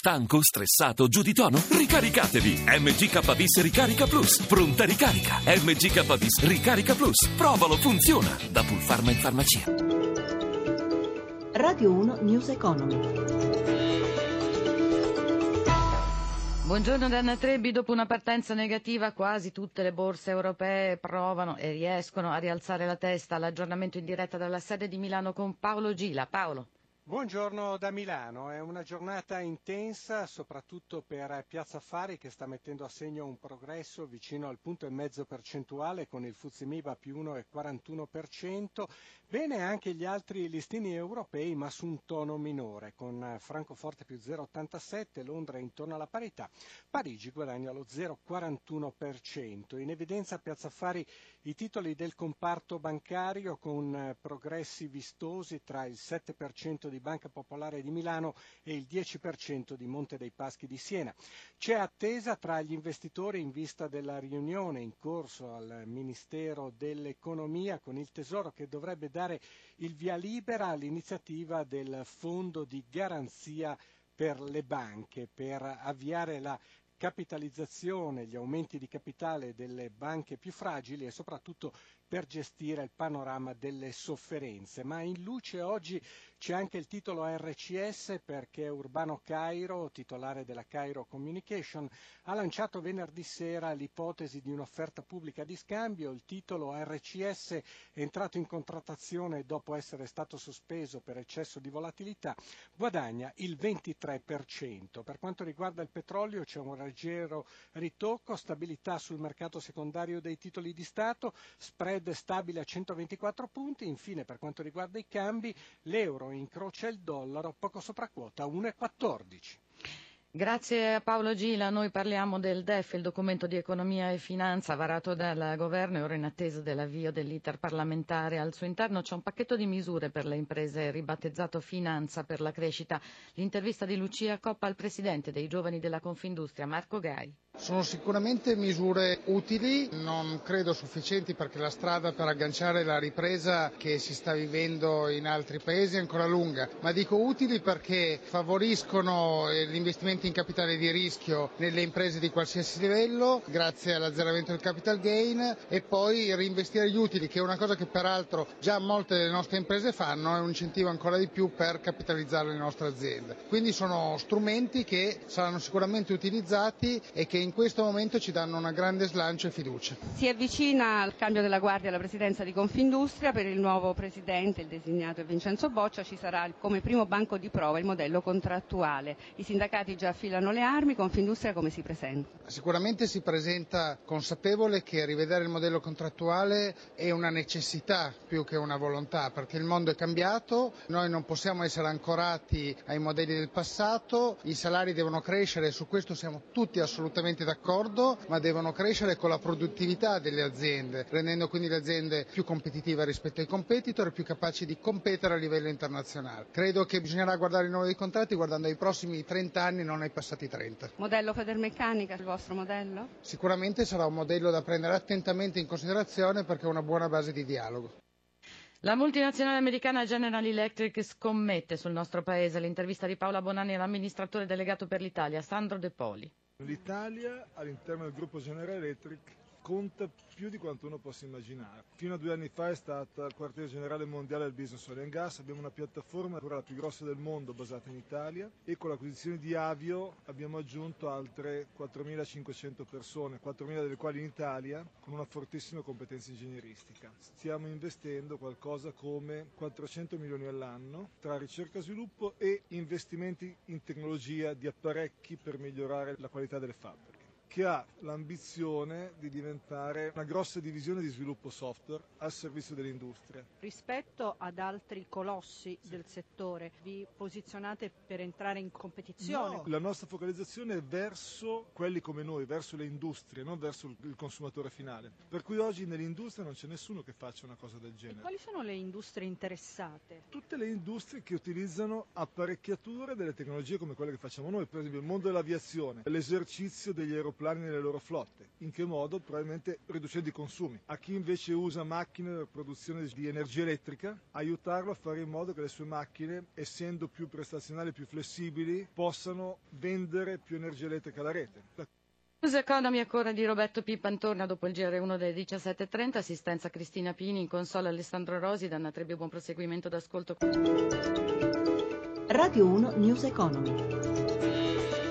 Stanco, stressato, giù di tono? Ricaricatevi! MGK-bis Ricarica Plus. Pronta ricarica. MGK-bis Ricarica Plus. Provalo, funziona. Da Pulpharma in farmacia. Radio 1 News Economy. Buongiorno da Anna Trebbi. Dopo una partenza negativa quasi tutte le borse europee provano e riescono a rialzare la testa. L'aggiornamento in diretta dalla sede di Milano con Paolo Gila. Paolo. Buongiorno da Milano, è una giornata intensa soprattutto per Piazza Affari che sta mettendo a segno un progresso vicino al 1,5 percentuale con il FTSE MIB a più 1,41%, bene anche gli altri listini europei ma su un tono minore con Francoforte più 0,87, Londra intorno alla parità, Parigi guadagna lo 0,41%, in evidenza a Piazza Affari i titoli del comparto bancario con progressi vistosi tra il 7% di Banca Popolare di Milano e il 10% di Monte dei Paschi di Siena. C'è attesa tra gli investitori in vista della riunione in corso al Ministero dell'Economia con il Tesoro che dovrebbe dare il via libera all'iniziativa del Fondo di garanzia per le banche per avviare la capitalizzazione, gli aumenti di capitale delle banche più fragili e soprattutto per gestire il panorama delle sofferenze. Ma in luce oggi c'è anche il titolo RCS perché Urbano Cairo, titolare della Cairo Communication, ha lanciato venerdì sera l'ipotesi di un'offerta pubblica di scambio. Il titolo RCS è entrato in contrattazione dopo essere stato sospeso per eccesso di volatilità, guadagna il 23%. Per quanto riguarda il petrolio c'è un leggero ritocco, stabilità sul mercato secondario dei titoli di Stato, spread stabile a 124 punti, infine per quanto riguarda i cambi l'euro incrocia il dollaro poco sopra quota 1,14. Grazie a Paolo Gila. Noi parliamo del DEF, il documento di economia e finanza varato dal governo e ora in attesa dell'avvio dell'iter parlamentare. Al suo interno c'è un pacchetto di misure per le imprese ribattezzato Finanza per la crescita. L'intervista di Lucia Coppa al presidente dei giovani della Confindustria, Marco Gai. Sono sicuramente misure utili, non credo sufficienti perché la strada per agganciare la ripresa che si sta vivendo in altri paesi è ancora lunga, ma dico utili perché favoriscono gli investimenti in capitale di rischio nelle imprese di qualsiasi livello, grazie all'azzeramento del capital gain, e poi reinvestire gli utili, che è una cosa che peraltro già molte delle nostre imprese fanno, è un incentivo ancora di più per capitalizzare le nostre aziende. Quindi sono strumenti che saranno sicuramente utilizzati e che in questo momento ci danno una grande slancio e fiducia. Si avvicina al cambio della guardia alla presidenza di Confindustria. Per il nuovo presidente, il designato è Vincenzo Boccia, ci sarà come primo banco di prova il modello contrattuale. I sindacati già affilano le armi, Confindustria come si presenta? Sicuramente si presenta consapevole che rivedere il modello contrattuale è una necessità più che una volontà, perché il mondo è cambiato, noi non possiamo essere ancorati ai modelli del passato, i salari devono crescere, su questo siamo tutti assolutamente d'accordo, ma devono crescere con la produttività delle aziende, rendendo quindi le aziende più competitive rispetto ai competitor e più capaci di competere a livello internazionale. Credo che bisognerà guardare il rinnovo dei contratti guardando ai prossimi 30 anni, non ai passati 30. Modello Federmeccanica, il vostro modello? Sicuramente sarà un modello da prendere attentamente in considerazione perché è una buona base di dialogo. La multinazionale americana General Electric scommette sul nostro paese. L'intervista di Paola Bonanni all'amministratore delegato per l'Italia, Sandro De Poli. L'Italia all'interno del gruppo General Electric conta più di quanto uno possa immaginare. Fino a 2 anni fa è stata il quartiere generale mondiale del business oil and gas, abbiamo una piattaforma, ancora la più grossa del mondo, basata in Italia, e con l'acquisizione di Avio abbiamo aggiunto altre 4.500 persone, 4.000 delle quali in Italia, con una fortissima competenza ingegneristica. Stiamo investendo qualcosa come 400 milioni all'anno tra ricerca e sviluppo e investimenti in tecnologia di apparecchi per migliorare la qualità delle fabbriche, che ha l'ambizione di diventare una grossa divisione di sviluppo software al servizio dell'industria. Rispetto ad altri colossi del settore, vi posizionate per entrare in competizione? No, la nostra focalizzazione è verso quelli come noi, verso le industrie, non verso il consumatore finale. Per cui oggi nell'industria non c'è nessuno che faccia una cosa del genere. E quali sono le industrie interessate? Tutte le industrie che utilizzano apparecchiature delle tecnologie come quelle che facciamo noi, per esempio il mondo dell'aviazione, l'esercizio degli aeroplani plani nelle loro flotte. In che modo? Probabilmente riducendo i consumi. A chi invece usa macchine per produzione di energia elettrica, aiutarlo a fare in modo che le sue macchine, essendo più prestazionali e più flessibili, possano vendere più energia elettrica alla rete. News Economy a cura di Roberto Pippan torna dopo il GR1 delle 17.30, assistenza Cristina Pini, in console Alessandro Rosi, Danna Trebbi, buon proseguimento d'ascolto. Radio 1 News Economy.